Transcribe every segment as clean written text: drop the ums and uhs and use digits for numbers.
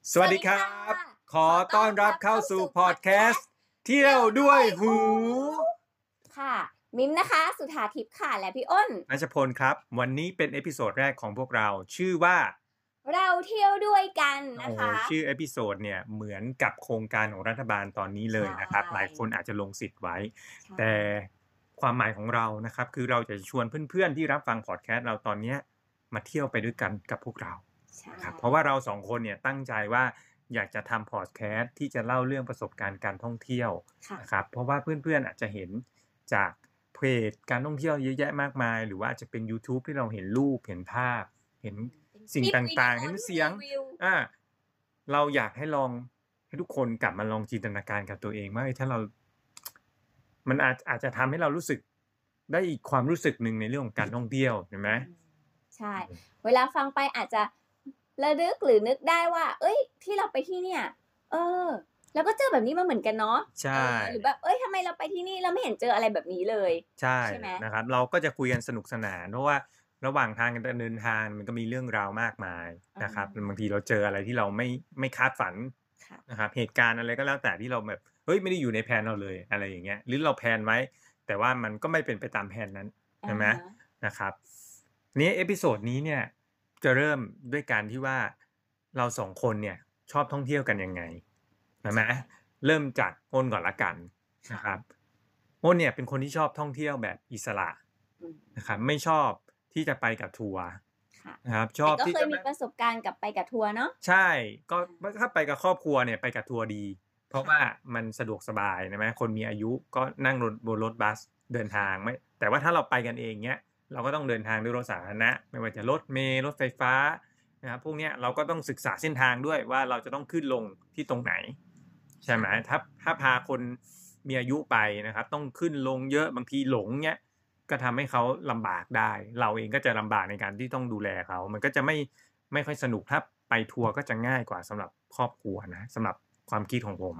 สวัสดีครับขอต้อนรับเข้าสู่พอดแคสต์เที่ยวด้วยหูค่ะมิมนะคะสุธาทิพย์ค่ะและพี่อ้นณัชพลครับวันนี้เป็นเอพิโซดแรกของพวกเราชื่อว่าเราเที่ยวด้วยกันนะคะชื่อเอพิโซดเนี่ยเหมือนกับโครงการของรัฐบาลตอนนี้เลยนะครับหลายคนอาจจะลงสิทธิ์ไว้แต่ความหมายของเรานะครับคือเราจะชวนเพื่อนๆที่รับฟังพอดแคสต์เราตอนนี้มาเที่ยวไปด้วยกันกับพวกเราครับเพราะว่าเราสองคนเนี่ยตั้งใจว่าอยากจะทำพอดแคสต์ที่จะเล่าเรื่องประสบการณ์การท่องเที่ยวนะครับเพราะว่าเพื่อนๆอาจจะเห็นจากเพจการท่องเที่ยวเยอะแยะมากมายหรือว่าอาจจะเป็น YouTube ที่เราเห็นรูปเห็นภาพเห็นสิ่งต่างๆเห็นเสียงเราอยากให้ลองให้ทุกคนกลับมาลองจินตนาการกับตัวเองว่าถ้าเรามันอาจจะทำให้เรารู้สึกได้อีกความรู้สึกหนึ่งในเรื่องของการท่องเที่ยวเห็นไหมใช่เวลาฟังไปอาจจะระลึกหรือนึกได้ว่าเอ้ยที่เราไปที่เนี่ยแล้วก็เจอแบบนี้มาเหมือนกันเนาะใช่หรือแบบทำไมเราไปที่นี่เราไม่เห็นเจออะไรแบบนี้เลยใช่ไหมนะครับเราก็จะคุยกันสนุกสนานเพราะว่าระหว่างทางการเดินทางมันก็มีเรื่องราวมากมายนะครับบางทีเราเจออะไรที่เราไม่คาดฝันนะครับเหตุการณ์อะไรก็แล้วแต่ที่เราแบบไม่ได้อยู่ในแผนเราเลยอะไรอย่างเงี้ยหรือเราแผนไว้แต่ว่ามันก็ไม่เป็นไปตามแผนนั้นใช่ไหมนะครับนี้เอพิโซดนี้เนี่ยจะเริ่มด้วยการที่ว่าเราสองคนเนี่ยชอบท่องเที่ยวกันยังไงใช่ไหมเริ่มจากอ้นก่อนละกันนะครับอ้นเนี่ยเป็นคนที่ชอบท่องเที่ยวแบบอิสระนะครับไม่ชอบที่จะไปกับทัวร์นะครับชอบที่ก็เคยมีประสบการณ์กับไปกับทัวร์เนาะใช่ก็ถ้าไปกับครอบครัวเนี่ยไปกับทัวร์ดีเพราะว่ามันสะดวกสบายนะไหมคนมีอายุก็นั่งบนรถบัสเดินทางไม่แต่ว่าถ้าเราไปกันเองเนี้ยเราก็ต้องเดินทางด้วยรถสาธารณะไม่ว่าจะรถเมล์รถไฟฟ้านะครับพวกเนี้ยเราก็ต้องศึกษาเส้นทางด้วยว่าเราจะต้องขึ้นลงที่ตรงไหนใช่ไหมถ้าพาคนมีอายุไปนะครับต้องขึ้นลงเยอะบางทีหลงเนี้ยก็ทำให้เขาลำบากได้เราเองก็จะลำบากในการที่ต้องดูแลเขามันก็จะไม่ค่อยสนุกถ้าไปทัวร์ก็จะง่ายกว่าสำหรับครอบครัวนะสำหรับความคิดของผม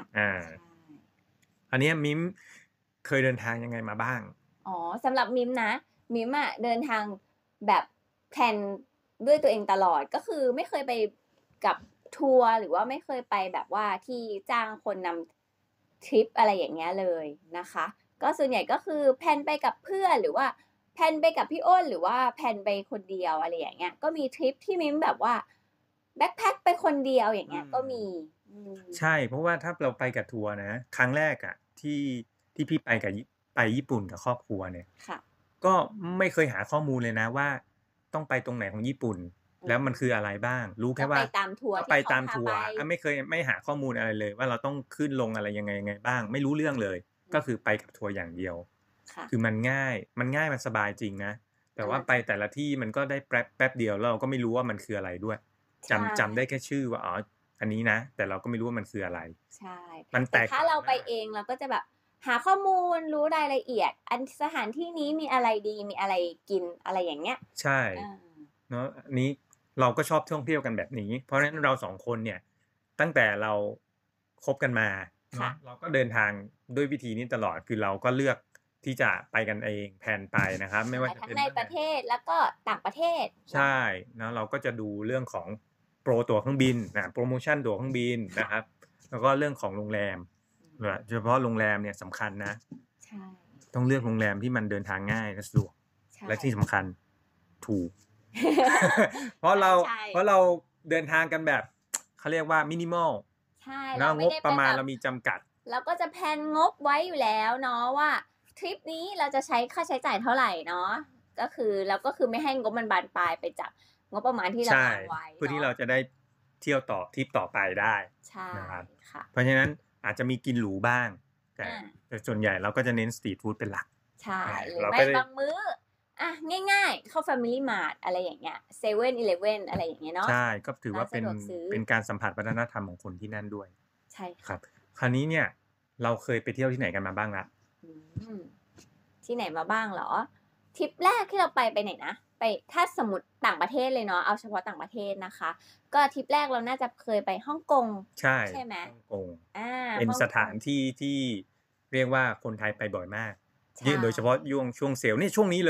อันนี้มิมเคยเดินทางยังไงมาบ้างสำหรับมิมนะมิมเดินทางแบบแพลนด้วยตัวเองตลอดก็คือไม่เคยไปกับทัวร์หรือว่าไม่เคยไปแบบว่าที่จ้างคนนำทริปอะไรอย่างเงี้ยเลยนะคะก็ส่วนใหญ่ก็คือแพลนไปกับเพื่อนหรือว่าแพลนไปกับพี่อ้นหรือว่าแพลนไปคนเดียวอะไรอย่างเงี้ยก็มีทริปที่มิมแบบว่าแบ็คแพ็คไปคนเดียวอย่างเงี้ยก็มีใช่เพราะว่าถ้าเราไปกับทัวร์นะครั้งแรกที่พี่ไปญี่ปุ่นกับครอบครัวเนี่ยก็ไม่เคยหาข้อมูลเลยนะว่าต้องไปตรงไหนของญี่ปุ่นแล้วมันคืออะไรบ้างรู้แค่ว่าไปตามทัวร์ไม่หาข้อมูลอะไรเลยว่าเราต้องขึ้นลงอะไรยังไงบ้างไม่รู้เรื่องเลยก็คือไปกับทัวร์อย่างเดียวคือมันง่ายมันสบายจริงนะแต่ว่าไปแต่ละที่มันก็ได้แป๊บเดียวแล้วเราก็ไม่รู้ว่ามันคืออะไรด้วยจำได้แค่ชื่อว่าอันนี้นะแต่เราก็ไม่รู้ว่ามันคืออะไรใช่แต่ถ้าเราไปเองเราก็จะแบบหาข้อมูลรู้รายละเอียดอันสถานที่นี้มีอะไรดีมีอะไรกินอะไรอย่างเงี้ยใช่เนาะนี้เราก็ชอบท่องเที่ยวกันแบบนี้เพราะฉะนั้นเราสองคนเนี่ยตั้งแต่เราคบกันมาเราก็เดินทางด้วยวิธีนี้ตลอดคือเราก็เลือกที่จะไปกันเองแผนไปนะครับไม่ว่าจะเป็นในประเทศแล้วก็ต่างประเทศใช่นะเราก็จะดูเรื่องของโปรตั๋วเครื่องบินนะโปรโมชั่นตั๋วเครื่องบินนะครับแล้วก็เรื่องของโรงแรมโดยเฉพาะโรงแรมเนี่ยสำคัญนะใช่ต้องเลือกโรงแรมที่มันเดินทางง่ายและสะดวกและที่สำคัญถูก เพราะเราเดินทางกันแบบเขาเรียกว่ามินิมอลใช่แล้วงบประมาณเรามีจำกัดเราก็จะแพลนงบไว้อยู่แล้วเนาะว่าทริปนี้เราจะใช้ค่าใช้จ่ายเท่าไหร่เนาะก็คือไม่ให้งบมันบานปลายไปจากงบประมาณที่เราวางไว้เพื่อที่เราจะได้เที่ยวต่อทริปต่อไปได้นะครับเพราะฉะนั้นอาจจะมีกินหรูบ้างแต่ส่วนใหญ่เราก็จะเน้นสตรีทฟู้ดเป็นหลักใช่หรือไม่บางมื้อง่ายๆเข้า Family Mart อะไรอย่างเงี้ย 7-Eleven อะไรอย่างเงี้ยเนาะใช่ก็ถือว่าเป็นการสัมผัสวัฒนธรรมของคนที่นั่นด้วยใช่ครับคราวนี้เนี่ยเราเคยไปเที่ยวที่ไหนกันมาบ้างละที่ไหนมาบ้างเหรอทริปแรกที่เราไปไหนนะไปถ้าสมมติต่างประเทศเลยเนาะเอาเฉพาะต่างประเทศนะคะก็ทริปแรกเราน่าจะเคยไปฮ่องกงใช่ไหมฮ่องกงเป็นสถานที่ที่เรียกว่าคนไทยไปบ่อยมากโดยเฉพาะช่วงเซลล์นี่ช่วงนี้เลย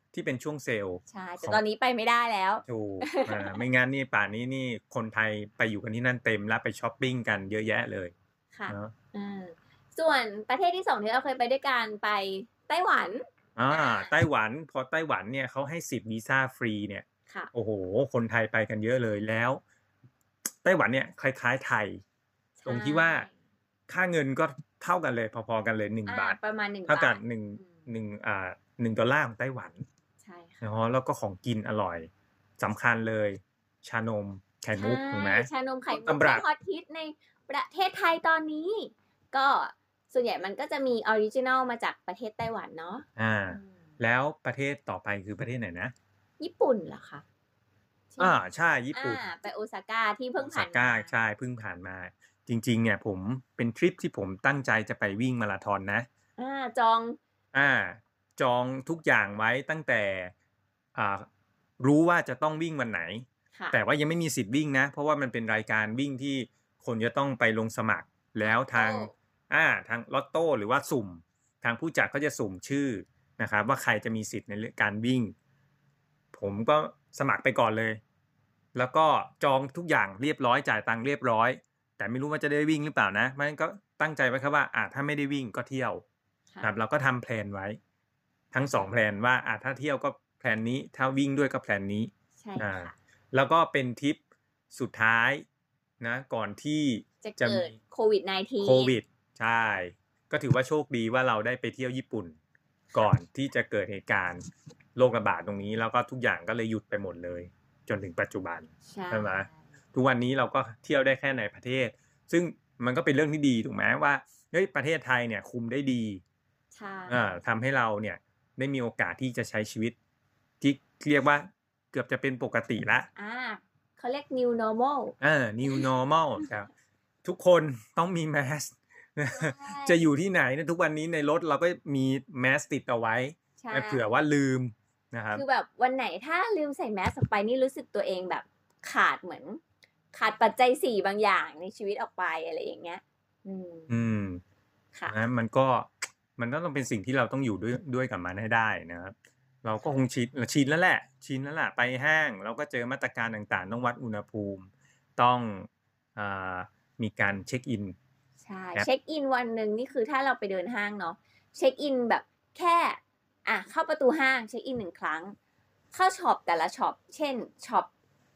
ที่เป็นช่วงเซลล์ใช่ขแต่องตอนนี้ไปไม่ได้แล้วถูก ไม่งั้นนี่ป่านนี้นี่คนไทยไปอยู่กันที่นั่นเต็มแล้วไปช้อปปิงกันเยอะแยะเลยค่ะเนาะส่วนประเทศที่ 2 ที่เราเคยไปด้วยกันไปไต้หวันไต้หวัน พอไต้หวันเนี่ยเขาให้สิทธิ์วีซ่าฟรีเนี่ยค่ะโอ้โฮ คนไทยไปกันเยอะเลย แล้ว ไต้หวันเนี่ยคล้ายๆไทยใชตรงที่ว่า ค่าเงินก็เท่ากันเลย พอๆกันเลย 1 บาทประมาณ 1 เท่ากับบาท 1 ดอลลาร์ของไต้หวันใช่ค่ะเนาะ แล้วก็ของกินอร่อย สำคัญเลย ชานมไข่มุก ถูกไหมชานมไข่มุต้กนตำรัที่บฮอตฮิตในประเทศไทยตอนนี้ ก็ส่วนใหญ่มันก็จะมีออริจินัลมาจากประเทศไต้หวันเนาะแล้วประเทศต่อไปคือประเทศไหนนะ? ญี่ปุ่นเหรอคะ? ใช่ ญี่ปุ่นไปโอซาก้าที่เพิ่งโอผ่าซาน ก้ามาใช่ เพิ่งผ่านมา จริงๆ เนี่ยผมเป็นทริปที่ผมตั้งใจจะไปวิ่งมาราธอนนะจองจองทุกอย่างไว้ตั้งแต่ รู้ว่าจะต้องวิ่งวันไหนค่ะแต่ว่ายังไม่มีสิทธิ์วิ่งนะ เพราะว่ามันเป็นรายการวิ่งที่คนจะต้องไปลงสมัคร แล้วทาง ทางลอตโต้หรือว่าสุ่ม ทางผู้จัดเขาจะสุ่มชื่อนะครับว่าใครจะมีสิทธิ์ในการวิ่ง ผมก็สมัครไปก่อนเลย แล้วก็จองทุกอย่างเรียบร้อย จ่ายตังค์เรียบร้อย แต่ไม่รู้ว่าจะได้วิ่งหรือเปล่านะ เพราะฉะนั้นก็ตั้งใจไว้ครับว่า ถ้าไม่ได้วิ่งก็เที่ยว ครับ เราก็ทำแพลนไว้ ทั้ง 2 แพลนว่า ถ้าเที่ยวก็แพลนนี้ ถ้าวิ่งด้วยก็แพลนนี้ใช่ค่ะแล้วก็เป็นทริปสุดท้ายนะ ก่อนที่จะจะเกิมีดโควิด -19 โควิด ใช่ ก็ถือว่าโชคดีว่าเราได้ไปเที่ยวญี่ปุ่น ก่อนที่จะเกิดเหตุการณ์โรคระบาดตรงนี้ แล้วก็ทุกอย่างก็เลยหยุดไปหมดเลย จนถึงปัจจุบัน ใช่ไหม ทุกวันนี้เราก็เที่ยวได้แค่ในประเทศ ซึ่งมันก็เป็นเรื่องที่ดีถูกไหมว่า เฮ้ย ประเทศไทยเนี่ยคุมได้ดีใช่ทำให้เราเนี่ยได้มีโอกาสที่จะใช้ชีวิตที่เรียกว่าเกือบจะเป็นปกติแล้วเขาเรียก New Normal New Normal ครับ ทุกคนต้องมี mask จะอยู่ที่ไหนเนี่ยทุกวันนี้ในรถเราก็มี mask ติดเอาไว้ใช่เผื่อว่าลืมนะครับคือแบบวันไหนถ้าลืมใส่แมสออกไปนี่รู้สึกตัวเองแบบขาดเหมือน ขาดปัจจัย 4 บางอย่างในชีวิตออกไป อะไรอย่างเงี้ย ค่ะนะมันก็ มันก็ต้องเป็นสิ่งที่เราต้องอยู่ด้วยกับมันให้ได้นะครับ เราก็คงชินแล้วแหละ ไปห้างเราก็เจอมาตรการต่างๆ ต้องวัดอุณหภูมิ ต้องมีการเช็กอินใช่ เช็กอินวันหนึ่งนี่คือถ้าเราไปเดินห้างเนาะ เช็กอินแบบแค่ เข้าประตูห้างเช็กอิน 1 ครั้ง เข้าช็อปแต่ละช็อป เช่น ช็อป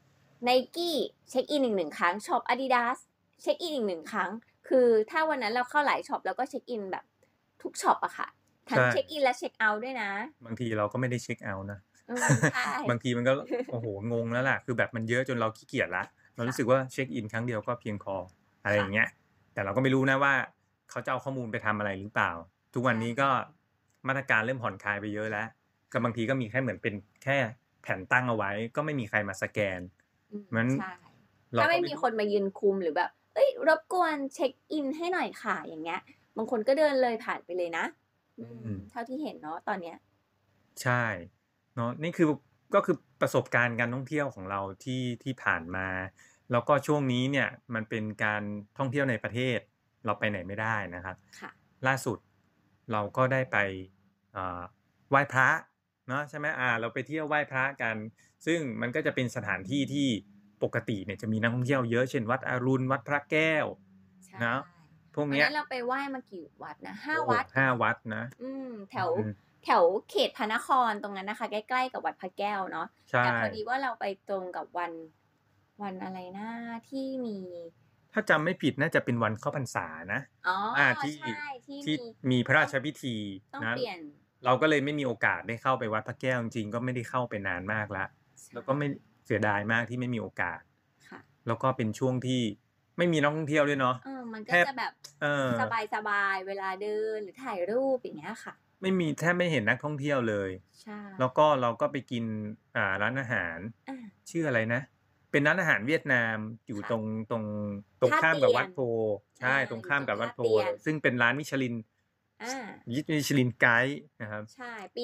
Nike เช็กอินอีก 1 ครั้ง ช็อป Adidas เช็กอินอีก 1 ครั้ง คือถ้าวันนั้นเราเข้าหลายช็อปเราก็เช็กอินแบบทุกช็อปอะค่ะ ทั้งเช็กอินและเช็กเอาต์ด้วยนะบางทีเราก็ไม่ได้เช็กเอาต์นะใช่บางทีมันก็ โอ้โฮ งงแล้วล่ะ คือแบบมันเยอะจนเราขี้เกียจแล้ว เรารู้สึกว่าเช็กอินครั้งเดียวก็เพียงพอ อะไรอย่างเงี้ย แต่เราก็ไม่รู้นะว่าเขาจะเอาข้อมูลไปทำอะไรหรือเปล่า ทุกวันนี้ก็มาตรการเริ่มผ่อนคลายไปเยอะแล้ว ก็บางทีก็มีแค่เหมือนเป็นแค่แผ่นตั้งเอาไว้ ก็ไม่มีใครมาสแกนใช่ ถ้าไม่มีคนมายืนคุมหรือแบบ รบกวนเช็กอินให้หน่อยค่ะ อย่างเงี้ย บางคนก็เดินเลยผ่านไปเลยนะ เท่าที่เห็นเนาะตอนเนี้ยใช่ เนาะ นี่คือ ก็คือประสบการณ์การท่องเที่ยวของเราที่ผ่านมา แล้วก็ช่วงนี้เนี่ยมันเป็นการท่องเที่ยวในประเทศ เราไปไหนไม่ได้นะครับ ล่าสุดเราก็ได้ไปไหว้พระเนาะ ใช่ไหม เราไปเที่ยวไหว้พระกัน ซึ่งมันก็จะเป็นสถานที่ที่ปกติเนี่ยจะมีนักท่องเที่ยวเยอะ เช่น วัดอรุณ วัดพระแก้ว เนาะ พวกวันเนี้ยนั้นเราไปไหว้มากี่วัดนะโอ้ 5 วัด 5 วัดนะแถวเขตพระนครตรงนั้นนะคะ ใกล้ๆกับวัดพระแก้วเนาะใช่แต่พอดีว่าเราไปตรงกับวันอะไรนะที่มีถ้าจำไม่ผิดน่าจะเป็นวันเข้าพรรษานะ ที่ใช่ ที่ที่มีพระราชพิธีต้องนะเปลี่ยนเราก็เลยไม่มีโอกาสได้เข้าไปวัดพระแก้ว จริง ๆ ก็ไม่ได้เข้าไปนานมากแล้ว แล้วก็ไม่ เสียดายมากที่ไม่มีโอกาส แล้วก็เป็นช่วงที่ไม่มีนักท่องเที่ยวด้วยเนาะมันก็จะแบบ สบายๆ เวลาเดินหรือถ่ายรูป อย่างเงี้ยค่ะไม่มี แทบไม่เห็นนักท่องเที่ยวเลยใช่แล้วก็เราก็ไปกิน ร้านอาหาร ชื่ออะไรนะ เป็นร้านอาหารเวียดนามอยู่ตรงข้ามกับวัดโพธิ์ ใช่ ตรงข้ามกับวัดโพธิ์ ซึ่งเป็นร้านมิชลิน มิชลินไกด์นะครับใช่ ปี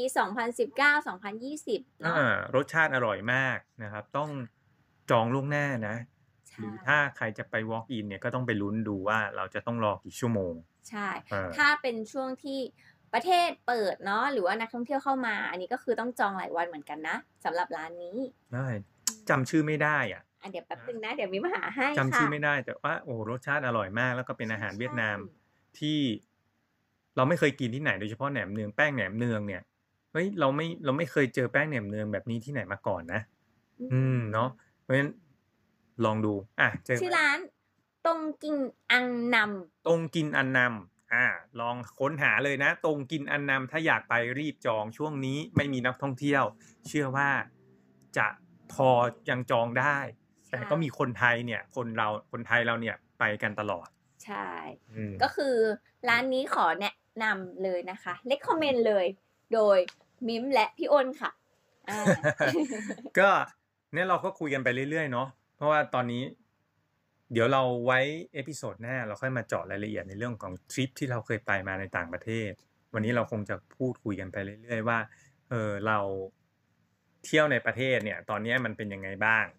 2019-2020 เนาะรสชาติอร่อยมากนะครับ ต้องจองล่วงหน้านะ หรือถ้าใครจะไป walk in เนี่ยก็ต้องไปลุ้นดูว่าเราจะต้องรอกี่ชั่วโมงใช่ ถ้าเป็นช่วงที่ประเทศเปิดเนาะหรือว่านักท่องเที่ยวเข้ามาอันนี้ก็คือต้องจองหลายวันเหมือนกันนะสำหรับร้านนี้ได้จำชื่อไม่ได้อ่ะเดี๋ยวแป๊บนึงนะเดี๋ยวมิมหาให้จำชื่อค่ะไม่ได้แต่ว่าโอ้รสชาติอร่อยมากแล้วก็เป็นอาหารเวียดนามใช่ที่เราไม่เคยกินที่ไหนโดยเฉพาะแหนมเนืองแป้งแหนมเนืองเนี่ยเฮ้ยเราไม่เคยเจอแป้งแหนมเนืองแบบนี้ที่ไหนมาก่อนนะเนาะเพราะฉะนั้นลองดูชื่อร้านตรงกินอังนำตรงกินอันนำลองค้นหาเลยนะตรงกินอันนำถ้าอยากไปรีบจองช่วงนี้ไม่มีนักท่องเที่ยวเชื่อว่าจะพอยังจองได้แต่ก็มีคนไทยเนี่ยคนไทยเราเนี่ยไปกันตลอดใช่ก็คือร้านนี้ขอแนะนำเลยนะคะเลคคอมเมนต์เลยโดยมิมและพี่อ้นค่ะก็เนี่ยเราก็คุยกันไปเรื่อยๆเนาะเพราะว่าตอนนี้เดี๋ยวเราไว้เอพิโซดหน้าเราค่อยมาเจาะรายละเอียดในเรื่องของทริปที่เราเคยไปมาในต่างประเทศวันนี้เราคงจะพูดคุยกันไปเรื่อยๆว่าเราเที่ยวในประเทศเนี่ยตอนนี้มันเป็นยังไงบ้าง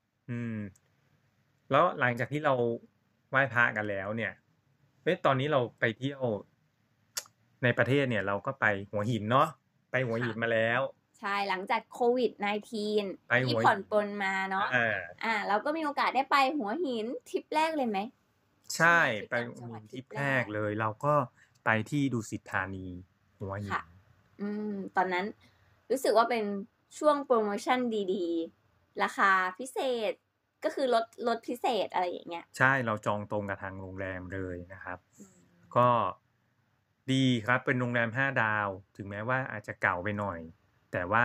แล้วหลังจากที่เราไหว้พระกันแล้วเนี่ยตอนนี้เราไปเที่ยวในประเทศเนี่ยเราก็ไปหัวหินเนาะไปหัวหินมาแล้วใช่หลังจากโควิด -19 ที่ผ่อนปลนมาเนาะเราก็มีโอกาสได้ไปหัวหินทริปแรกเลยไหมใช่ไปหัวหินทริปแรกเลยเราก็ไปที่ดุสิตธานีหัวหินตอนนั้นรู้สึกว่าเป็นช่วงโปรโมชั่นดีๆราคาพิเศษก็คือลดพิเศษอะไรอย่างเงี้ยใช่เราจองตรงกับทางโรงแรมเลยนะครับก็ดีครับเป็นโรงแรม5 ดาวถึงแม้ว่าอาจจะเก่าไปหน่อยแต่ว่า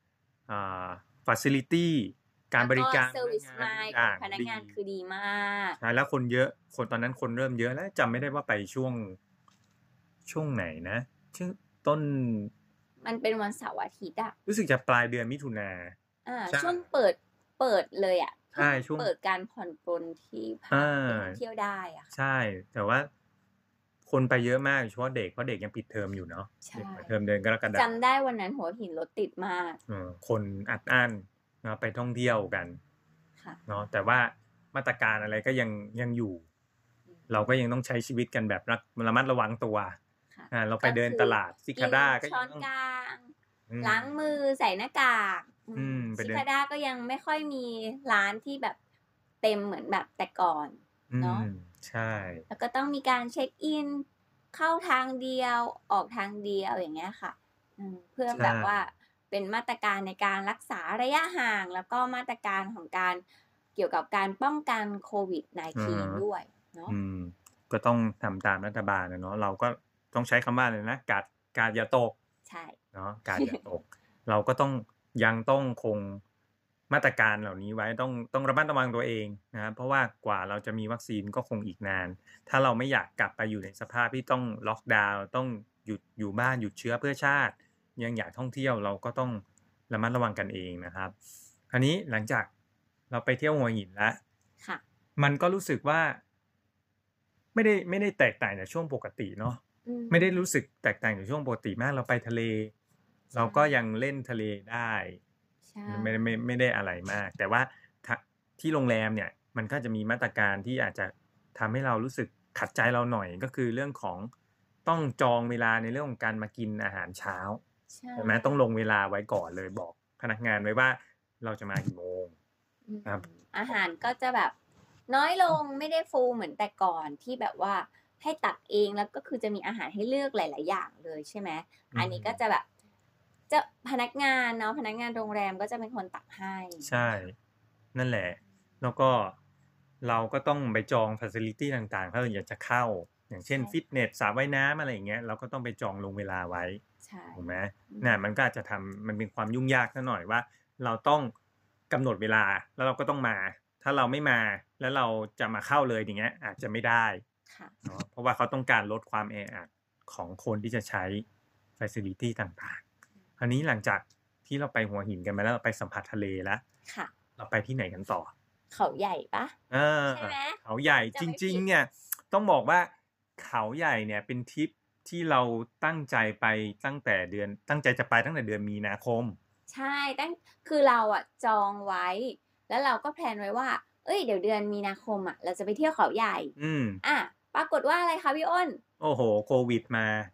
facility การบริการ service mind ของพนักงานคือดีมากใช่แล้วคนเยอะตอนนั้นคนเริ่มเยอะแล้วจำไม่ได้ว่าไปช่วงไหนนะชื่อต้นมันเป็นวันเสาร์อาทิตย์อะรู้สึกจะปลายเดือนมิถุนาช่วงเปิดเลยอะใช่ช่วงเปิดการผ่อนปลนที่พาเที่ยวได้อะใช่แต่ว่าคนไปเยอะมากเฉพาะเด็กเพราะเด็กยังปิดเทอมอยู่เนาะเทอมเดือนกรกฎาคมจำได้วันนั้นหัวหินรถติดมากคนอัดอั้นนะไปท่องเที่ยวกันเนาะแต่ว่ามาตรการอะไรก็ยังอยู่เราก็ยังต้องใช้ชีวิตกันแบบระมัดระวังตัวเราไปเดินตลาดซิคาด้าก็ช้อนกลางล้างมือใส่หน้ากากซิคาด้าก็ยังไม่ค่อยมีร้านที่แบบเต็มเหมือนแบบแต่ก่อนเนาะใช่แล้วก็ต้องมีการเช็คอินเข้าทางเดียวออกทางเดียวอย่างเงี้ยค่ะเพื่อแบบว่าเป็นมาตรการในการรักษาระยะห่างแล้วก็มาตรการของการเกี่ยวกับการป้องกันโควิด -19 ด้วยเนาะก็ต้องทำตามรัฐบาลนะเนาะเราก็ต้องใช้คำว่าเลยนะกาดอย่าตกใช่เนาะกาดอย่าตก เราก็ยังต้องคงมาตรการเหล่านี้ไว้ต้องระมัดระวังตัวเองนะครับเพราะว่ากว่าเราจะมีวัคซีนก็คงอีกนานถ้าเราไม่อยากกลับไปอยู่ในสภาพที่ต้องล็อกดาวน์ต้องหยุดอยู่บ้านหยุดเชื้อเพื่อชาติยังอยากท่องเที่ยวเราก็ต้องระมัดระวังกันเองนะครับคราวนี้หลังจากเราไปเที่ยวหัวหินแล้วมันก็รู้สึกว่าไม่ได้แตกต่างจากช่วงปกติเนาะไม่ได้รู้สึกแตกต่างจากช่วงปกติมากเราไปทะเลเราก็ยังเล่นทะเลได้ไม่ได้อะไรมากแต่ว่าที่โรงแรมเนี่ยมันก็จะมีมาตรการที่อาจจะทำให้เรารู้สึกขัดใจเราหน่อยก็คือเรื่องของต้องจองเวลาในเรื่องของการมากินอาหารเช้าใช่ไหมต้องลงเวลาไว้ก่อนเลยบอกพนักงานไว้ว่าเราจะมากี่โมงครับอาหารก็จะแบบน้อยลงไม่ได้ฟูลเหมือนแต่ก่อนที่แบบว่าให้ตักเองแล้วก็คือจะมีอาหารให้เลือกหลายๆอย่างเลยใช่ไหมอันนี้ก็จะแบบจะพนักงานเนาะพนักงานโรงแรมก็จะเป็นคนตักให้ใช่นั่นแหละแล้วก็เราก็ต้องไปจอง facility ต่างๆถ้าเราอยากจะเข้าอย่างเช่นฟิตเนสสระว่ายน้ำอะไรอย่างเงี้ยเราก็ต้องไปจองลงเวลาไว้ถูกไหมมันก็อาจจะมันเป็นความยุ่งยากหน่อยว่าเราต้องกำหนดเวลาแล้วเราก็ต้องมาถ้าเราไม่มาแล้วเราจะมาเข้าเลยอย่างเงี้ยอาจจะไม่ได้เนาะเพราะว่าเขาต้องการลดความแออัดของคนที่จะใช้ facility ต่างๆคราวนี้หลังจากที่เราไปหัวหินกันมาแล้วเราไปสัมผัสทะเลแล้วเราไปที่ไหนกันต่อเขาใหญ่ปะใช่ไหมเขาใหญ่จริงๆเนี่ยต้องบอกว่าเขาใหญ่เนี่ยเป็นทริปที่เราตั้งใจจะไปตั้งแต่เดือนมีนาคมใช่คือเราจองไว้แล้วเราก็แพลนไว้ว่าเดี๋ยวเดือนมีนาคมเราจะไปเที่ยวเขาใหญ่ปรากฏว่าอะไรคะพี่อ้นโอ้โหโควิดมา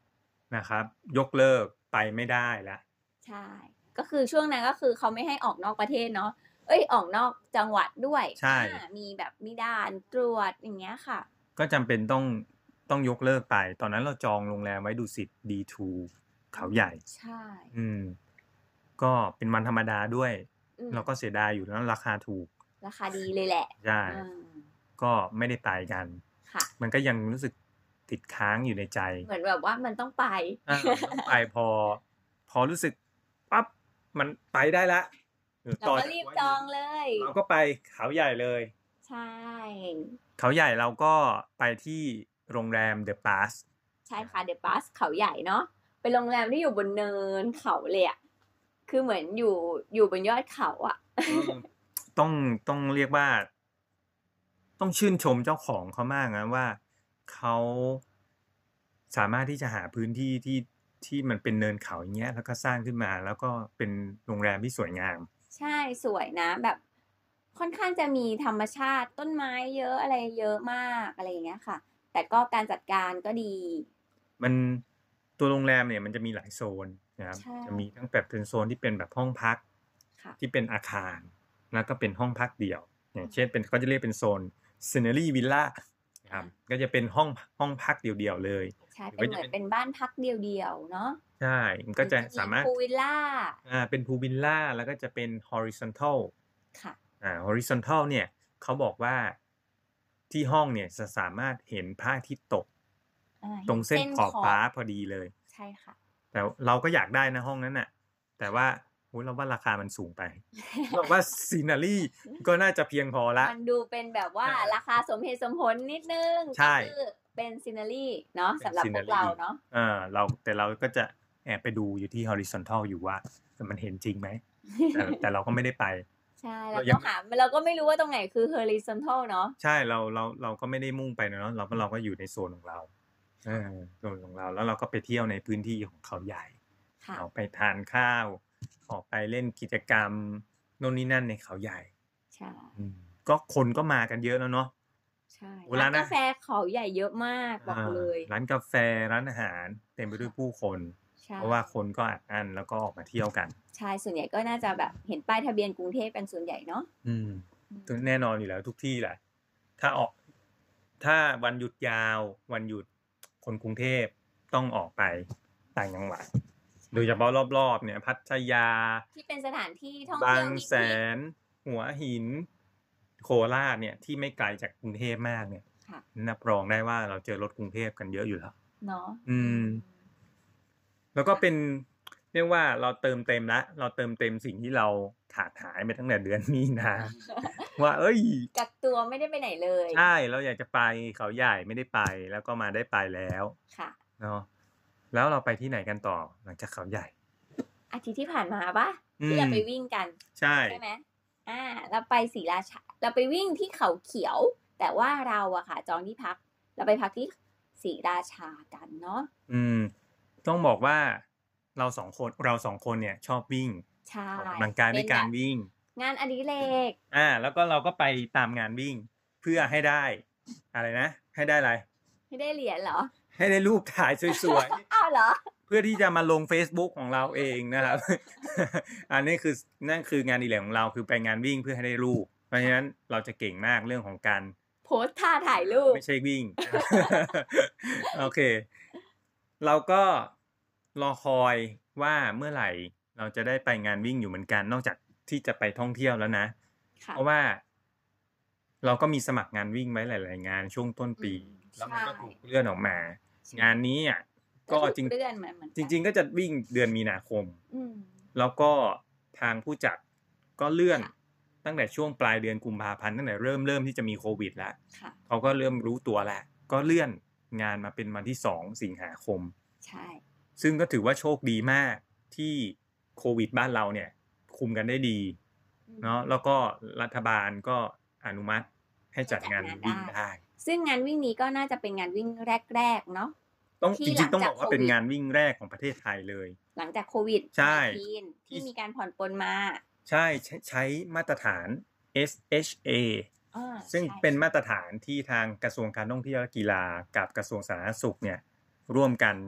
นะครับยกเลิกไปไม่ได้แล้วใช่ก็คือช่วงนั้นก็คือเขาไม่ให้ออกนอกประเทศเนาะออกนอกจังหวัดด้วยใช่มีแบบมีด่านตรวจอย่างเงี้ยค่ะก็จำเป็นต้องยกเลิกไป ตอนนั้นเราจองโรงแรมไว้ดุสิต D2 เขาใหญ่ใช่ก็เป็นวันธรรมดาด้วยอืมเราก็เสียดายอยู่แล้วราคาถูกราคาดีเลยแหละใช่ ก็ไม่ได้ไปกันค่ะมันก็ยังรู้สึกติดค้างอยู่ในใจเหมือนแบบว่ามันต้องไปต้องไปพอรู้สึกปั๊บมันไปได้ละเราก็รีบจองเลยเราก็ไปเขาใหญ่เลยใช่เขาใหญ่เราก็ไปที่โรงแรมเดอะพาสใช่ค่ะเดอะบัสเขาใหญ่เนาะเป็นโรงแรมที่อยู่บนเนินเขาเลยอะคือเหมือนอยู่บนยอดเขาอะต้องเรียกว่า ต้องชื่นชมเจ้าของเขามากนะว่าเขาสามารถที่จะหาพื้นที่ที่มันเป็นเนินเขาอย่างเงี้ยแล้วก็สร้างขึ้นมาแล้วก็เป็นโรงแรมที่สวยงามใช่สวยนะแบบค่อนข้างจะมีธรรมชาติต้นไม้เยอะอะไรเยอะมากอะไรอย่างเงี้ยค่ะ แต่ก็การจัดการก็ดีมันตัวโรงแรมเนี่ยมันจะมีหลายโซนนะครับใช่จะมีตั้งแต่เป็นโซนที่เป็นแบบห้องพักค่ะที่เป็นอาคารแล้วก็เป็นห้องพักเดี่ยว อย่างเช่นเป็นเขาจะเรียกเป็นโซน scenery villa นะครับก็จะเป็นห้องพักเดี่ยวๆเลยใช่เป็นเหมือนเป็นบ้านพักเดียวๆเนาะใช่มันก็จะสามารถพูลวิลล่าเป็นพูลวิลล่าแล้วก็จะเป็น horizontal ค่ะ horizontal เนี่ยเขาบอกว่าที่ห้องเนี่ยจะสามารถเห็นพระอาทิตย์ตก ตรงเส้นขอบฟ้าพอดีเลยใช่ค่ะแต่เราก็อยากได้นะห้องนั้นน่ะ แต่ว่าเราว่าราคามันสูงไป เราว่าซีนารีก็น่าจะเพียงพอละมันดูเป็นแบบว่าราคาสมเหตุสมผลนิดนึงใช่ก็คือเป็นซีนารีเนาะสำหรับพวกเราเนาะแต่เราก็จะแอบไปดูอยู่ที่ horizontal อยู่ว่าแต่มันเห็นจริงไหม แต่เราก็ไม่ได้ไปใช่เราก็ไม่รู้ว่าตรงไหนคือ horizontal เนาะใช่เราก็ไม่ได้มุ่งไปเนาะเราก็อยู่ในโซนของเราโซนของเราแล้วเราก็ไปเที่ยวในพื้นที่ของเขาใหญ่ออกไปทานข้าวออกไปเล่นกิจกรรมโน่นนี่นั่นในเขาใหญ่ใช่ก็คนก็มากันเยอะแล้วเนาะใช่ร้านกาแฟเขาใหญ่เยอะมากบอกเลยร้านกาแฟร้านอาหารเต็มไปด้วยผู้คนใช่เพราะว่าคนก็อัดอั้นแล้วก็ออกมาเที่ยวกันใช่ส่วนใหญ่ก็น่าจะแบบเห็นป้ายทะเบียนกรุงเทพกันส่วนใหญ่เนาะแน่นอนอยู่แล้วทุกที่แหละถ้าวันหยุดยาววันหยุดคนกรุงเทพต้องออกไปต่างจังหวัดโดยเฉพาะรอบๆเนี่ยพัทยาที่เป็นสถานที่ท่องบาเที่ยวงนิดแสนหัวหินโคราชเนี่ยที่ไม่ไกลจากกรุงเทพมากเนี่ยนับรองได้ว่าเราเจอรถกรุงเทพกันเยอะอยู่แล้วเนาะแล้วก็เป็นเรียกว่าเราเติมเต็มสิ่งที่เราขาดหายไปตั้งแต่เดือนมีนา ว่ากักตัวไม่ได้ไปไหนเลยใช่เราอยากจะไปเขาใหญ่ไม่ได้ไปแล้วก็มาได้ไปแล้วค่ะเนาะแล้วเราไปที่ไหนกันต่อหลังจากเขาใหญ่อาทิตย์ที่ผ่านมาปะที่เราไปวิ่งกันใช่ไหมเราไปศรีราชาเราไปวิ่งที่เขาเขียวแต่ว่าเราอะค่ะจองที่พักเราไปพักที่ศรีราชากันเนาะต้องบอกว่าเราสองคนเนี่ยชอบวิ่งใช่ออกกำลังกายด้วยการวิ่งงานอดิเรกแล้วก็เราก็ไปตามงานวิ่งเพื่อให้ได้อะไรนะให้ได้อะไรให้ได้เหรียญเหรอให้ได้รูปถ่ายสวยๆอ้าวเหรอเพื่อที่จะมาลง Facebook ของเราเองนะครับ นั่นคืองานอดิเรกของเราคือไปงานวิ่งเพื่อให้ได้รูปเพราะฉะนั้นเราจะเก่งมากเรื่องของการโพสท่าถ่ายรูปไม่ใช่วิ่ง โอเคเราก็รอคอยว่าเมื่อไหร่เราจะได้ไปงานวิ่งอยู่เหมือนกันนอกจากที่จะไปท่องเที่ยวแล้วนะเพราะว่าเราก็มีสมัครงานวิ่งไว้หลายๆงานช่วงต้นปีแล้วมันก็ถูกเลื่อนออกมางานนี้ก็จริงก็จะวิ่งเดือนมีนาคมแล้วก็ทางผู้จัดก็เลื่อนตั้งแต่ช่วงปลายเดือนกุมภาพันธ์ตั้งแต่เริ่มที่จะมีโควิดแล้วเขาก็เริ่มรู้ตัวแล้วก็เลื่อนงานมาเป็นวันที่2 สิงหาคมใช่ซึ่งก็ถือว่าโชคดีมากที่โควิดบ้านเราเนี่ยคุมกันได้ดีเนาะแล้วก็รัฐบาลก็อนุมัติให้จัดงานวิ่งได้ซึ่งงานวิ่งนี้ก็น่าจะเป็นงานวิ่งแรกๆเนาะจริงๆต้องบอกว่าเป็นงานวิ่งแรกของประเทศไทยเลยหลังจากโควิดที่มีการผ่อนปลนมาใช้มาตรฐาน SHA ซึ่งเป็นมาตรฐานที่ทางกระทรวงการท่องเที่ยวและกีฬากับกระทรวงสาธารณสุขเนี่ยร่วมกัน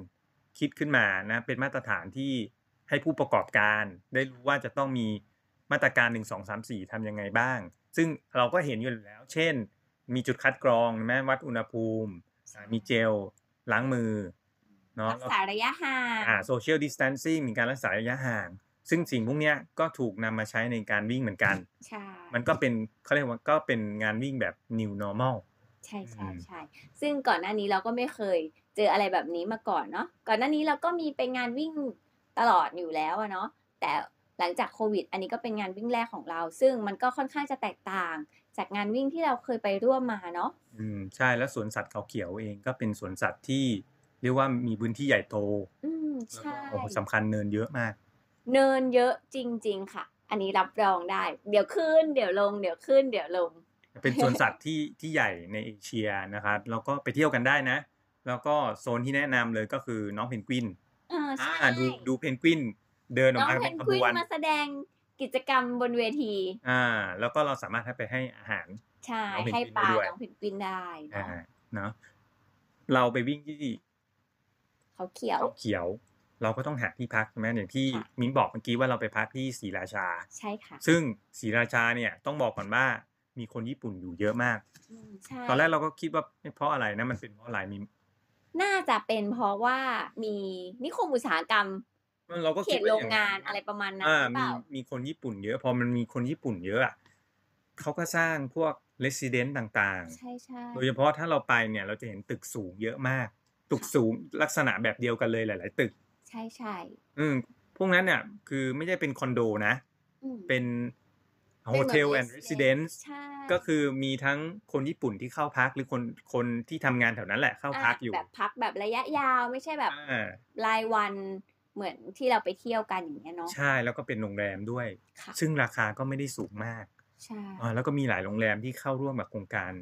คิดขึ้นมานะเป็นมาตรฐานที่ให้ผู้ประกอบการได้รู้ว่าจะต้องมีมาตรการ1 2 3 4ทำยังไงบ้างซึ่งเราก็เห็นอยู่แล้วเช่นมีจุดคัดกรองแม้วัดอุณหภูมิมีเจลล้างมือเนาะรักษาระยะห่าง social distancing มีการรักษาระยะห่างซึ่งสิ่งพวกนี้ก็ถูกนำมาใช้ในการวิ่งเหมือนกันใช่มันก็เป็นเขาเรียกว่าก็เป็นงานวิ่งแบบ new normal ใช่ซึ่งก่อนหน้านี้เราก็ไม่เคยเจออะไรแบบนี้มาก่อนเนาะก่อนหน้านี้เราก็มีไปงานวิ่งตลอดอยู่แล้วเนาะแต่หลังจากโควิดอันนี้ก็เป็นงานวิ่งแรกของเราซึ่งมันก็ค่อนข้างจะแตกต่างจากงานวิ่งที่เราเคยไปร่วมมาเนาะใช่แล้วสวนสัตว์เขาเขียวเองก็เป็นสวนสัตว์ที่เรียกว่ามีพื้นที่ใหญ่โตใช่สำคัญเนินเยอะมากเนินเยอะจริงๆค่ะอันนี้รับรองได้เดี๋ยวขึ้นเดี๋ยวลงเดี๋ยวขึ้นเดี๋ยวลงเป็นสวนสัตว์ที่ใหญ่ในเอเชียนะครับแล้วก็ไปเที่ยวกันได้นะแล้วก็โซนที่แนะนำเลยก็คือน้องเพนกวินดูเพนกวินเดินออกมาเป็นขบวนมาแสดงกิจกรรมบนเวทีแล้วก็เราสามารถไปให้อาหารใช่ให้ปลาน้องเพนกวินได้เนาะเราไปวิ่งที่เขาเขียวเราก็ต้องหาที่พักใช่ไหมอย่างที่มิ้นบอกเมื่อกี้ว่าเราไปพักที่ศรีราชาใช่ค่ะซึ่งศรีราชาเนี่ยต้องบอกก่อนว่ามีคนญี่ปุ่นอยู่เยอะมากตอนแรกเราก็คิดว่าเพราะอะไรนะมันเป็นเพราะอะไรน่าจะเป็นเพราะว่ามีนิคมอุตสาหกรรมเราก็เขตโรงงานอะไรประมาณนั้นหรือเปล่ามีคนญี่ปุ่นเยอะพอมันมีคนญี่ปุ่นเยอะอ่ะเขาก็สร้างพวกเรสซิเดนต์ต่างๆใช่โดยเฉพาะถ้าเราไปเนี่ยเราจะเห็นตึกสูงเยอะมากตึกสูงลักษณะแบบเดียวกันเลยหลายๆตึกใช่พวกนั้นเนี่ยคือไม่ใช่เป็นคอนโดนะเป็นโฮเทลแอนด์เรสซิเดนซ์ก็คือมีทั้งคนญี่ปุ่นที่เข้าพักหรือคนที่ทำงานแถวนั้นแหละเข้าพักอยู่แบบพักแบบระยะยาวไม่ใช่แบบรายวันเหมือนที่เราไปเที่ยวกันอย่างเงี้ยเนาะใช่แล้วก็เป็นโรงแรมด้วยซึ่งราคาก็ไม่ได้สูงมากใช่แล้วก็มีหลายโรงแรมที่เข้าร่วมกับโครงการ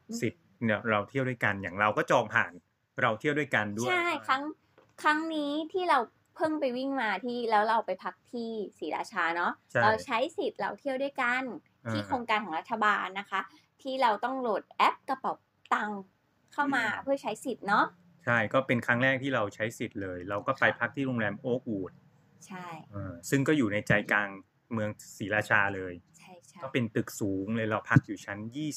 10เนี่ยเราเที่ยวด้วยกันอย่างเราก็จองผ่านเราเที่ยวด้วยกันด้วยใช่ครั้งนี้ที่เราเพิ่งไปวิ่งมาที่แล้วเราไปพักที่ศรีราชาเนาะเราใช้สิทธิ์เราเที่ยวด้วยกันที่โครงการของรัฐบาลนะคะที่เราต้องโหลดแอปกระเป๋าตังค์เข้ามาเพื่อใช้สิทธิ์เนาะใช่ก็เป็นครั้งแรกที่เราใช้สิทธิ์เลยเราก็ไปพักที่โรงแรมโอ๊กวูดใช่ซึ่งก็อยู่ในใจกลางเมืองศรีราชาเลยก็เป็นตึกสูงเลยเราพักอยู่ชั้น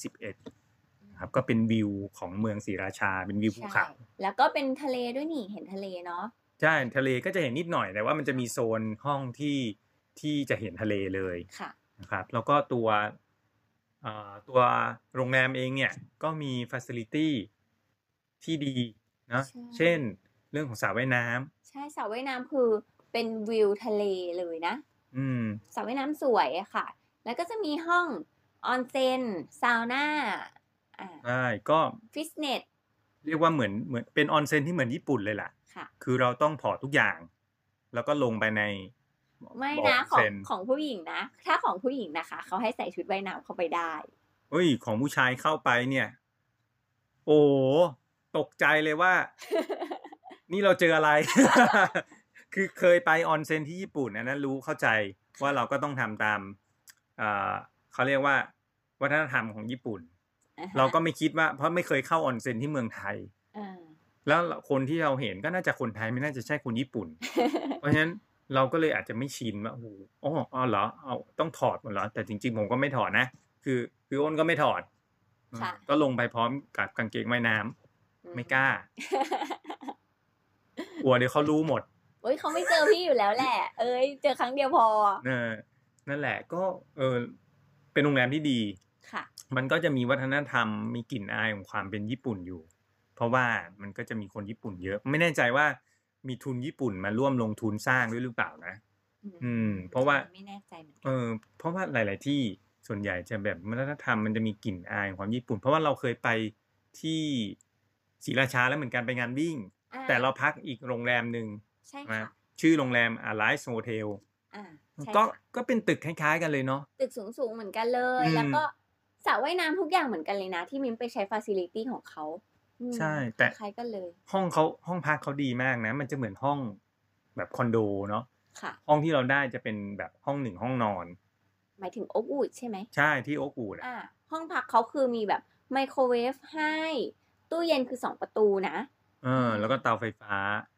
21ครับก็เป็นวิวของเมืองศรีราชาเป็นวิวภูเขาแล้วก็เป็นทะเลด้วยนี่เห็นทะเลเนาะใช่ทะเลก็จะเห็นนิดหน่อยแต่ว่ามันจะมีโซนห้องที่จะเห็นทะเลเลยนะครับแล้วก็ตัวโรงแรมเองเนี่ยก็มีฟาซิลิตี้ที่ดีนะเช่นเรื่องของสระว่ายน้ำใช่สระว่ายน้ำคือเป็นวิวทะเลเลยนะสระว่ายน้ำสวยอะค่ะแล้วก็จะมีห้องออนเซ็นซาวน่าใช่ก็ฟิตเนสเรียกว่าเหมือนเป็นออนเซ็นที่เหมือนญี่ปุ่นเลยล่ะคือเราต้องถอดทุกอย่างแล้วก็ลงไปในไม่นะของผู้หญิงนะถ้าของผู้หญิงนะคะเขาให้ใส่ชุดว่ายน้ำเข้าไปได้เฮ้ยของผู้ชายเข้าไปเนี่ยโอ้ตกใจเลยว่า นี่เราเจออะไร คือเคยไปออนเซ็นที่ญี่ปุ่นนะรู้เข้าใจว่าเราก็ต้องทำตามเขาเรียกว่าวัฒนธรรมของญี่ปุ่น เราก็ไม่คิดว่าเพราะไม่เคยเข้าออนเซ็นที่เมืองไทยแล้วคนที่เราเห็นก็น่าจะคนไทยไม่น่าจะใช่คนญี่ปุ่น เพราะฉะนั้นเราก็เลยอาจจะไม่ชินว่าโอ้โหอ๋อเหรอเอาต้องถอดหมดเหรอแต่จริงๆผมก็ไม่ถอดนะคืออ้นก็ไม่ถอดก็ลงไปพร้อมกับกางเกงว่ายน้ำไม่กล้ากลัวเดี๋ยวเขารู้หมดโอ้ยเขาไม่เจอพี่อยู่แล้วแหละเจอครั้งเดียวพอนั่นแหละก็เป็นโรงแรมที่ดีค่ะมันก็จะมีวัฒนธรรมมีกลิ่นอายของความเป็นญี่ปุ่นอยู่เพราะว่ามันก็จะมีคนญี่ปุ่นเยอะไม่แน่ใจว่ามีทุนญี่ปุ่นมาร่วมลงทุนสร้างด้วยหรือเปล่านะเพราะว่าไม่แน่ใจเหมือนกันเพราะว่าหลายๆที่ส่วนใหญ่จะแบบวัฒนธรรมมันจะมีกลิ่นอายของความญี่ปุ่นเพราะว่าเราเคยไปที่ศรีราชาแล้วเหมือนกันไปงานวิ่งแต่เราพักอีกโรงแรมนึงใช่ค่ะชื่อโรงแรม Alice Hotel ก็เป็นตึกคล้ายๆกันเลยเนาะตึกสูงๆเหมือนกันเลยแล้วก็สระว่ายน้ำทุกอย่างเหมือนกันเลยนะที่มิ้มไปใช้ฟาซิลิตี้ของเขาใช่แต่คล้ายกันเลยห้องพักเขาดีมากนะมันจะเหมือนห้องแบบคอนโดเนาะค่ะห้องที่เราได้จะเป็นแบบห้อง1ห้องนอนหมายถึงโอ๊กวูดใช่ไหมใช่ที่โอ๊กวูดห้องพักเขาคือมีแบบไมโครเวฟให้ตู้เย็นคือ2ประตูนะแล้วก็เตาไฟฟ้า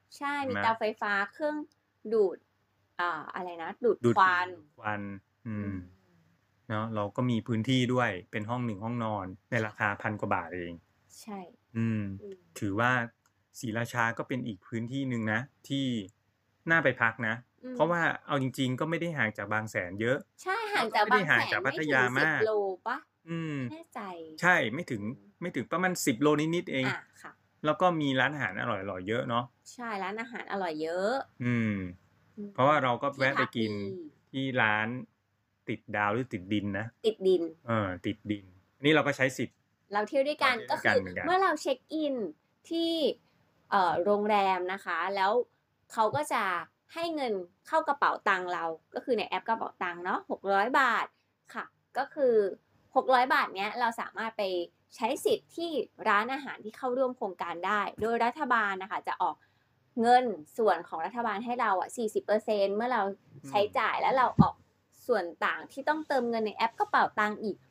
ใช่เห็นมีไหมเตาไฟฟ้าเครื่องดูดอะไรนะ ดูดดูดควันควันอืมเนาะเราก็มีพื้นที่ด้วยเป็นห้อง1ห้องนอนในราคา 1,000 กว่าบาทเองใช่ถือว่าศรีราชาก็เป็นอีกพื้นที่หนึ่งนะ ที่น่าไปพักนะ เพราะว่าเอาจริงๆ ก็ไม่ได้ห่างจากบางแสนเยอะใช่ห่างจากไม่ได้บางห่างแสนจากพัไม่ทถึยาง มาก 10 โลปะอืมไม่แน่ใจใช่ไม่ถึงประมาณ10 โลนิดๆเองค่ะแล้วก็มีร้านอาหารอร่อยๆเยอะเนาะใช่ร้านอาหารอร่อยเยอะเพราะว่าเราก็ที่แวะไปพักกินดีที่ร้านติดดาวหรือติดดินนะติดดินติดดิน นี่เราก็ใช้สิทธิ์เราเที่ยวด้วยกันเราก็เที่ยวด้วยกันคือเหมือนกันเมื่อเราเช็คอินที่โรงแรมนะคะ แล้วเขาก็จะให้เงินเข้ากระเป๋าตังค์เรา ก็คือในแอปกระเป๋าตังค์เนาะ600 บาทค่ะ ก็คือ600 บาทเนี้ยเราสามารถไปใช้สิทธิ์ที่ร้านอาหารที่เข้าร่วมโครงการได้ โดยรัฐบาลนะคะจะออกเงินส่วนของรัฐบาลให้เรา40% เมื่อเราใช้จ่ายแล้วเราออกส่วนต่างที่ต้องเติมเงินในแอปกระเป๋าตังค์อีก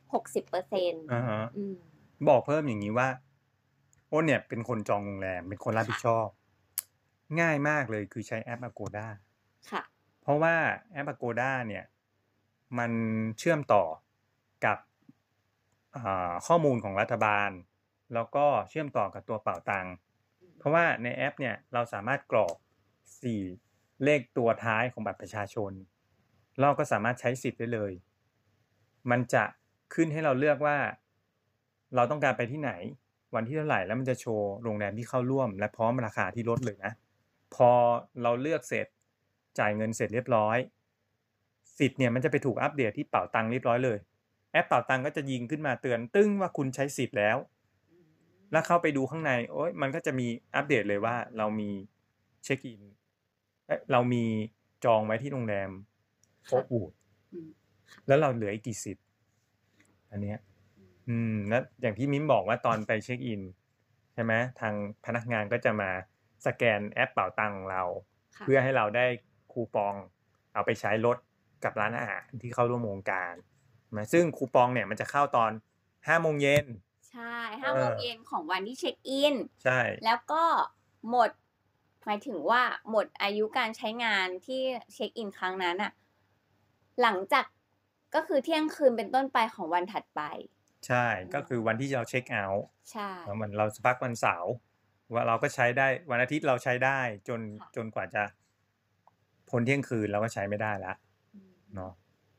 60% บอกเพิ่มอย่างนี้ว่าอ้นเนี่ยเป็นคนจองโรงแรมเป็นคนรับผิดชอบ ง่ายมากเลยคือใช้แอป Agoda ค่ะเพราะว่าแอป Agoda เนี่ยมันเชื่อมต่อกับข้อมูลของรัฐบาล แล้วก็เชื่อมต่อกับตัวเป๋าตังค์เพราะว่าในแอปเนี่ยเราสามารถกรอก4เลขตัวท้ายของบัตรประชาชนเราก็สามารถใช้สิทธิ์ได้เลยมันจะขึ้นให้เราเลือกว่าเราต้องการไปที่ไหนวันที่เท่าไหร่แล้วมันจะโชว์โรงแรมที่เข้าร่วมและพร้อมราคาที่ลดเลยนะพอเราเลือกเสร็จจ่ายเงินเสร็จเรียบร้อยสิทธิ์เนี่ยมันจะไปถูกอัปเดตที่เป๋าตังค์เรียบร้อยเลยแอปเป๋าตังค์ก็จะยิงขึ้นมาเตือนตึ้งว่าคุณใช้สิทธิ์แล้วแล้วเข้าไปดูข้างในมันก็จะมีอัปเดตเลยว่าเรามีเช็คอินเรามีจองไว้ที่โรงแรมโอ๊กวูดแล้วเราเหลืออีกกี่สิทธิ์อันเนี้ยแล้วอย่างที่มิ้มบอกว่าตอนไปเช็คอินใช่ไหมทางพนักงานก็จะมาสแกนแอปเป๋าตังค์ของเราเพื่อให้เราได้คูปองเอาไปใช้ลดกับร้านอาหารที่เข้าร่วมโครงการนะซึ่งคูปองเนี่ยมันจะเข้าตอน 5 โมงเย็นใช่ 5 โมงเย็นของวันที่เช็คอินใช่แล้วก็หมดหมายถึงว่าหมดอายุการใช้งานที่เช็คอินครั้งนั้นอ่ะหลังจากก็คือเที่ยงคืนเป็นต้นไปของวันถัดไปใช่ก็คือวันที่เราเช็คเอาท์ใช่แล้วมันเราพักวันเสาร์ว่าเราก็ใช้ได้วันอาทิตย์เราใช้ได้จนกว่าจะพ้นเที่ยงคืนเราก็ใช้ไม่ได้แล้วเนาะ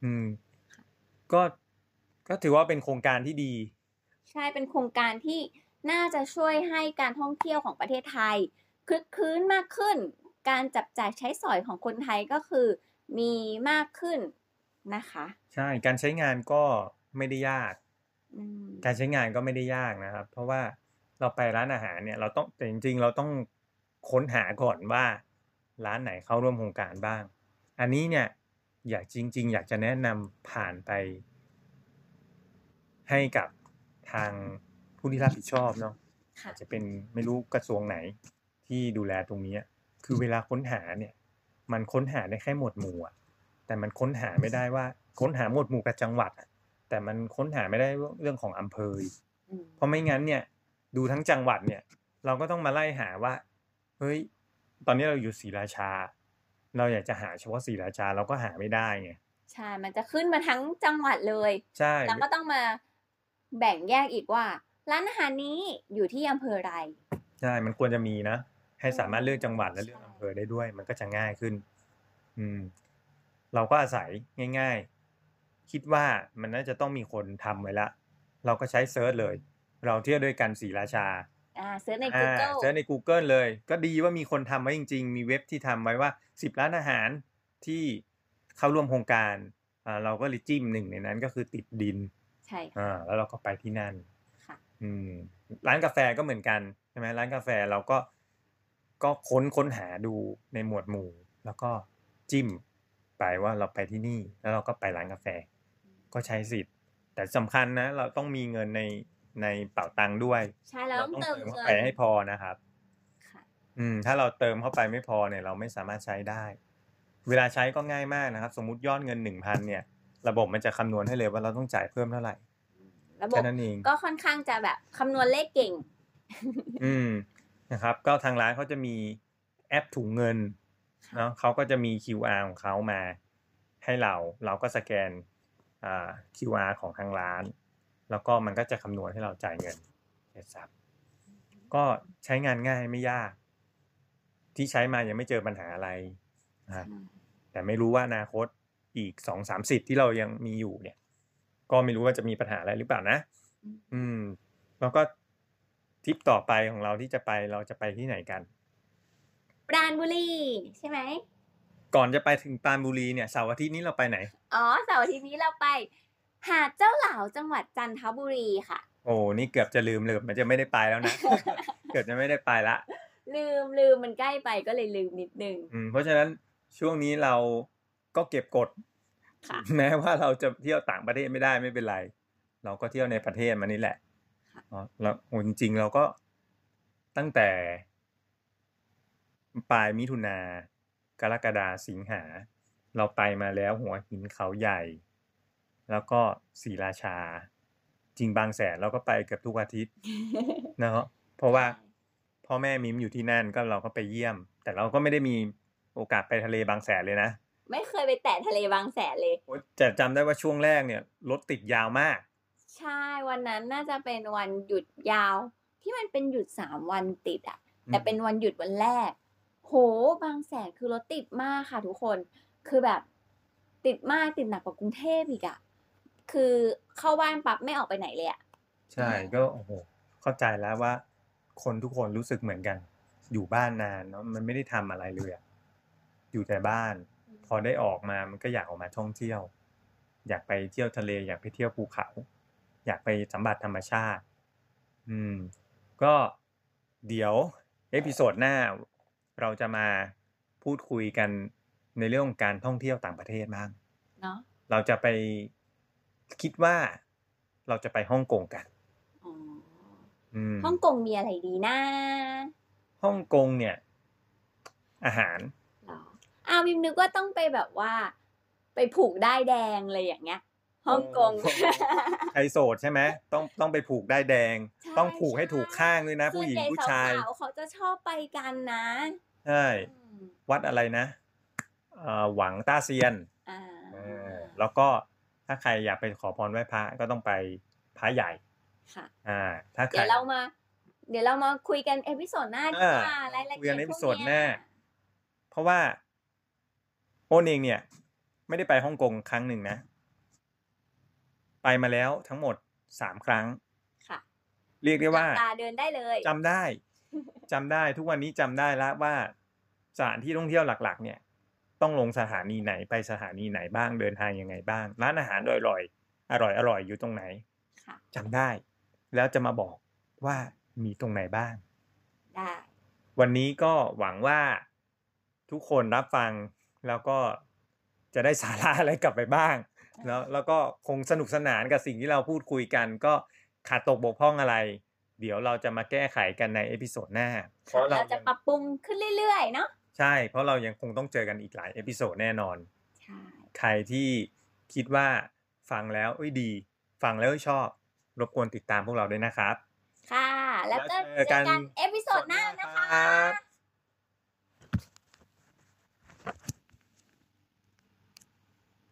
ก็ถือว่าเป็นโครงการที่ดีใช่เป็นโครงการที่น่าจะช่วยให้การท่องเที่ยวของประเทศไทยคึกคืนมากขึ้นการจับจ่ายใช้สอยของคนไทยก็คือมีมากขึ้นนะคะใช่การใช้งานก็ไม่ได้ยากการใช้งานก็ไม่ได้ยากนะครับเพราะว่าเราไปร้านอาหารเนี่ยเราต้องแต่จริงๆเราต้องค้นหาก่อนว่าร้านไหนเข้าร่วมโครงการบ้างอันนี้เนี่ยอยากจะแนะนำผ่านไปให้กับทางผู้ที่รับผิดชอบเนาะอาจจะเป็นไม่รู้กระทรวงไหนที่ดูแลตรงนี้คือเวลาค้นหาเนี่ยมันค้นหาได้แค่หมวดหมู่แต่มันค้นหาไม่ได้ว่าค้นหาหมวดหมู่กับจังหวัดแต่มันค้นหาไม่ได้เรื่องของอำเภอเพราะไม่งั้นเนี่ยดูทั้งจังหวัดเนี่ยเราก็ต้องมาไล่หาว่าเฮ้ยตอนนี้เราอยู่ศรีราชาเราอยากจะหาเฉพาะศรีราชาเราก็หาไม่ได้ไงใช่มันจะขึ้นมาทั้งจังหวัดเลยใช่แล้วก็ต้องมาแบ่งแยกอีกว่าร้านอาหารนี้อยู่ที่อำเภอใดใช่มันควรจะมีนะให้สามารถเลือกจังหวัดและเลือกอำเภอได้ด้วยมันก็จะง่ายขึ้นเราก็อาศัยง่ายๆคิดว่ามันน่าจะต้องมีคนทำไว้ละเราก็ใช้เซิร์ชเลยเราเที่ยวด้วยกันศรีราชาเซิร์ชใน Google เซิร์ชใน Google เลยก็ดีว่ามีคนทำไว้จริงๆมีเว็บที่ทำไว้ว่า10ร้านอาหารที่เข้าร่วมโครงการเราก็เลยจิ้มหนึ่งในนั้นก็คือติดดินใช่แล้วเราก็ไปที่นั่นค่ะร้านกาแฟก็เหมือนกันใช่ไหมร้านกาแฟเราก็ค้นหาดูในหมวดหมู่แล้วก็จิ้มไปว่าเราไปที่นี่แล้วเราก็ไปร้านกาแฟก็ใช้สิทธิ์แต่สำคัญนะเราต้องมีเงินในเป๋าตังค์ด้วยใช่แล้วต้องเติมเข้าไปให้พอนะครับถ้าเราเติมเข้าไปไม่พอเนี่ยเราไม่สามารถใช้ได้เวลาใช้ก็ง่ายมากนะครับสมมุติยอดเงิน 1,000 เนี่ยระบบมันจะคำนวณให้เลยว่าเราต้องจ่ายเพิ่มเท่าไหร่ระบบก็ค่อนข้างจะแบบคำนวณเลขเก่งนะครับก็ทางร้านเขาจะมีแอปถุงเงินเนาะเขาก็จะมี QR ของเขามาให้เราก็สแกนQR ของทางร้านแล้วก็มันก็จะคำนวณให้เราจ่ายเงินเสร็จสับก็ใช้งานง่ายไม่ยากที่ใช้มายังไม่เจอปัญหาอะไรนะครับแต่ไม่รู้ว่าอนาคตอีก 2-3 สิทธิ์ที่เรายังมีอยู่เนี่ยก็ไม่รู้ว่าจะมีปัญหาอะไรหรือเปล่านะแล้วก็ทริปต่อไปของเราที่เราจะไปที่ไหนกันปราณบุรีใช่ไหมก่อนจะไปถึงปราณบุรีเนี่ยเสาร์อาทิตย์นี้เราไปไหนเสาร์อาทิตย์นี้เราไปหาดเจ้าหลาวจังหวัดจันทบุรีค่ะโอ้นี่เกือบจะลืมเลยมันจะไม่ได้ไปแล้วนะ เกือบจะไม่ได้ไปละลืมมันใกล้ไปก็เลยลืมนิดนึงเพราะฉะนั้นช่วงนี้เราก็เก็บกดแม้ว่าเราจะเที่ยวต่างประเทศไม่ได้ไม่เป็นไรเราก็เที่ยวในประเทศมานี่แหละแล้วจริงๆเราก็ตั้งแต่ปลายมิถุนากรกฎาสิงหาเราไปมาแล้วหัวหินเขาใหญ่แล้วก็ศรีราชาจริงบางแสนเราก็ไปเกือบทุกอาทิตย์นะครับเพราะว่าพ่อแม่มิมอยู่ที่นั่นก็เราก็ไปเยี่ยมแต่เราก็ไม่ได้มีโอกาสไปทะเลบางแสนเลยนะไม่เคยไปแตะทะเลบางแสนเลยแต่จำได้ว่าช่วงแรกเนี่ยรถติดยาวมากใช่วันนั้นน่าจะเป็นวันหยุดยาวที่มันเป็นหยุด3 วันติดอ่ะแต่เป็นวันหยุดวันแรกโหบางแสนคือรถติดมากค่ะทุกคนคือแบบติดมากติดหนักกว่ากรุงเทพอีกอ่ะคือเข้าบ้านปั๊บไม่ออกไปไหนเลยอ่ะใช่ก็โอ้โหเข้าใจแล้วว่าคนทุกคนรู้สึกเหมือนกันอยู่บ้านนานเนาะมันไม่ได้ทำอะไรเลยอ่ะอยู่แต่บ้านพอได้ออกมามันก็อยากออกมาท่องเที่ยวอยากไปเที่ยวทะเลอยากไปเที่ยวภูเขาอยากไปสัมผัสธรรมชาติก็เดี๋ยวเอพิโซดหน้าเราจะมาพูดคุยกันในเรื่องของการท่องเที่ยวต่างประเทศบ้างเนาะเราจะไปคิดว่าเราจะไปฮ่องกงกันฮ่องกงมีอะไรดีนะฮ่องกงเนี่ยอาหารมิมนึกว่าต้องไปแบบว่าไปผูกด้ายแดงอะไรอย่างเงี้ยฮ่องกงใครโสดใช่ไหมต้องไปผูกด้ายแดงต้องผูกให้ถูกข้างด้วยนะผู้หญิงผู้ชายเขาจะชอบไปกันนะใช่วัดอะไรนะหวังต้าเซียนแล้วก็ถ้าใครอยากไปขอพรไหว้พระก็ต้องไปพระใหญ่ค่ะถ้าเดี๋ยวเรามาคุยกันเอพิโซดหน้าดีกว่ารายละเอียดเอพิโซดหน้าเพราะว่าโอนเองเนี่ยไม่ได้ไปฮ่องกงครั้งหนึ่งนะไปมาแล้วทั้งหมด3 ครั้งค่ะเรียกได้ว่าเดินได้เลยจำได้ทุกวันนี้จำได้แล้วว่าสถานที่ท่องเที่ยวหลักๆเนี่ยต้องลงสถานีไหนไปสถานีไหนบ้างเดินทางยังไงบ้างร้านอาหารอร่อยอยู่ตรงไหนจำได้แล้วจะมาบอกว่ามีตรงไหนบ้างได้วันนี้ก็หวังว่าทุกคนรับฟังแล้วก็จะได้สาระอะไรกลับไปบ้างแล้วก็คงสนุกสนานกับสิ่งที่เราพูดคุยกันก็ขาดตกบกพร่องอะไรเดี๋ยวเราจะมาแก้ไขกันในเอพิโซดหน้าเพราะเราจะปรับปรุงขึ้นเรื่อยๆเนาะใช่เพราะเรายังคงต้องเจอกันอีกหลายเอพิโซดแน่นอนใช่ใครที่คิดว่าฟังแล้วดีฟังแล้วชอบรบกวนติดตามพวกเราด้วยนะครับค่ะแล้วก็เจอกันเอพิโซดหน้านะคะ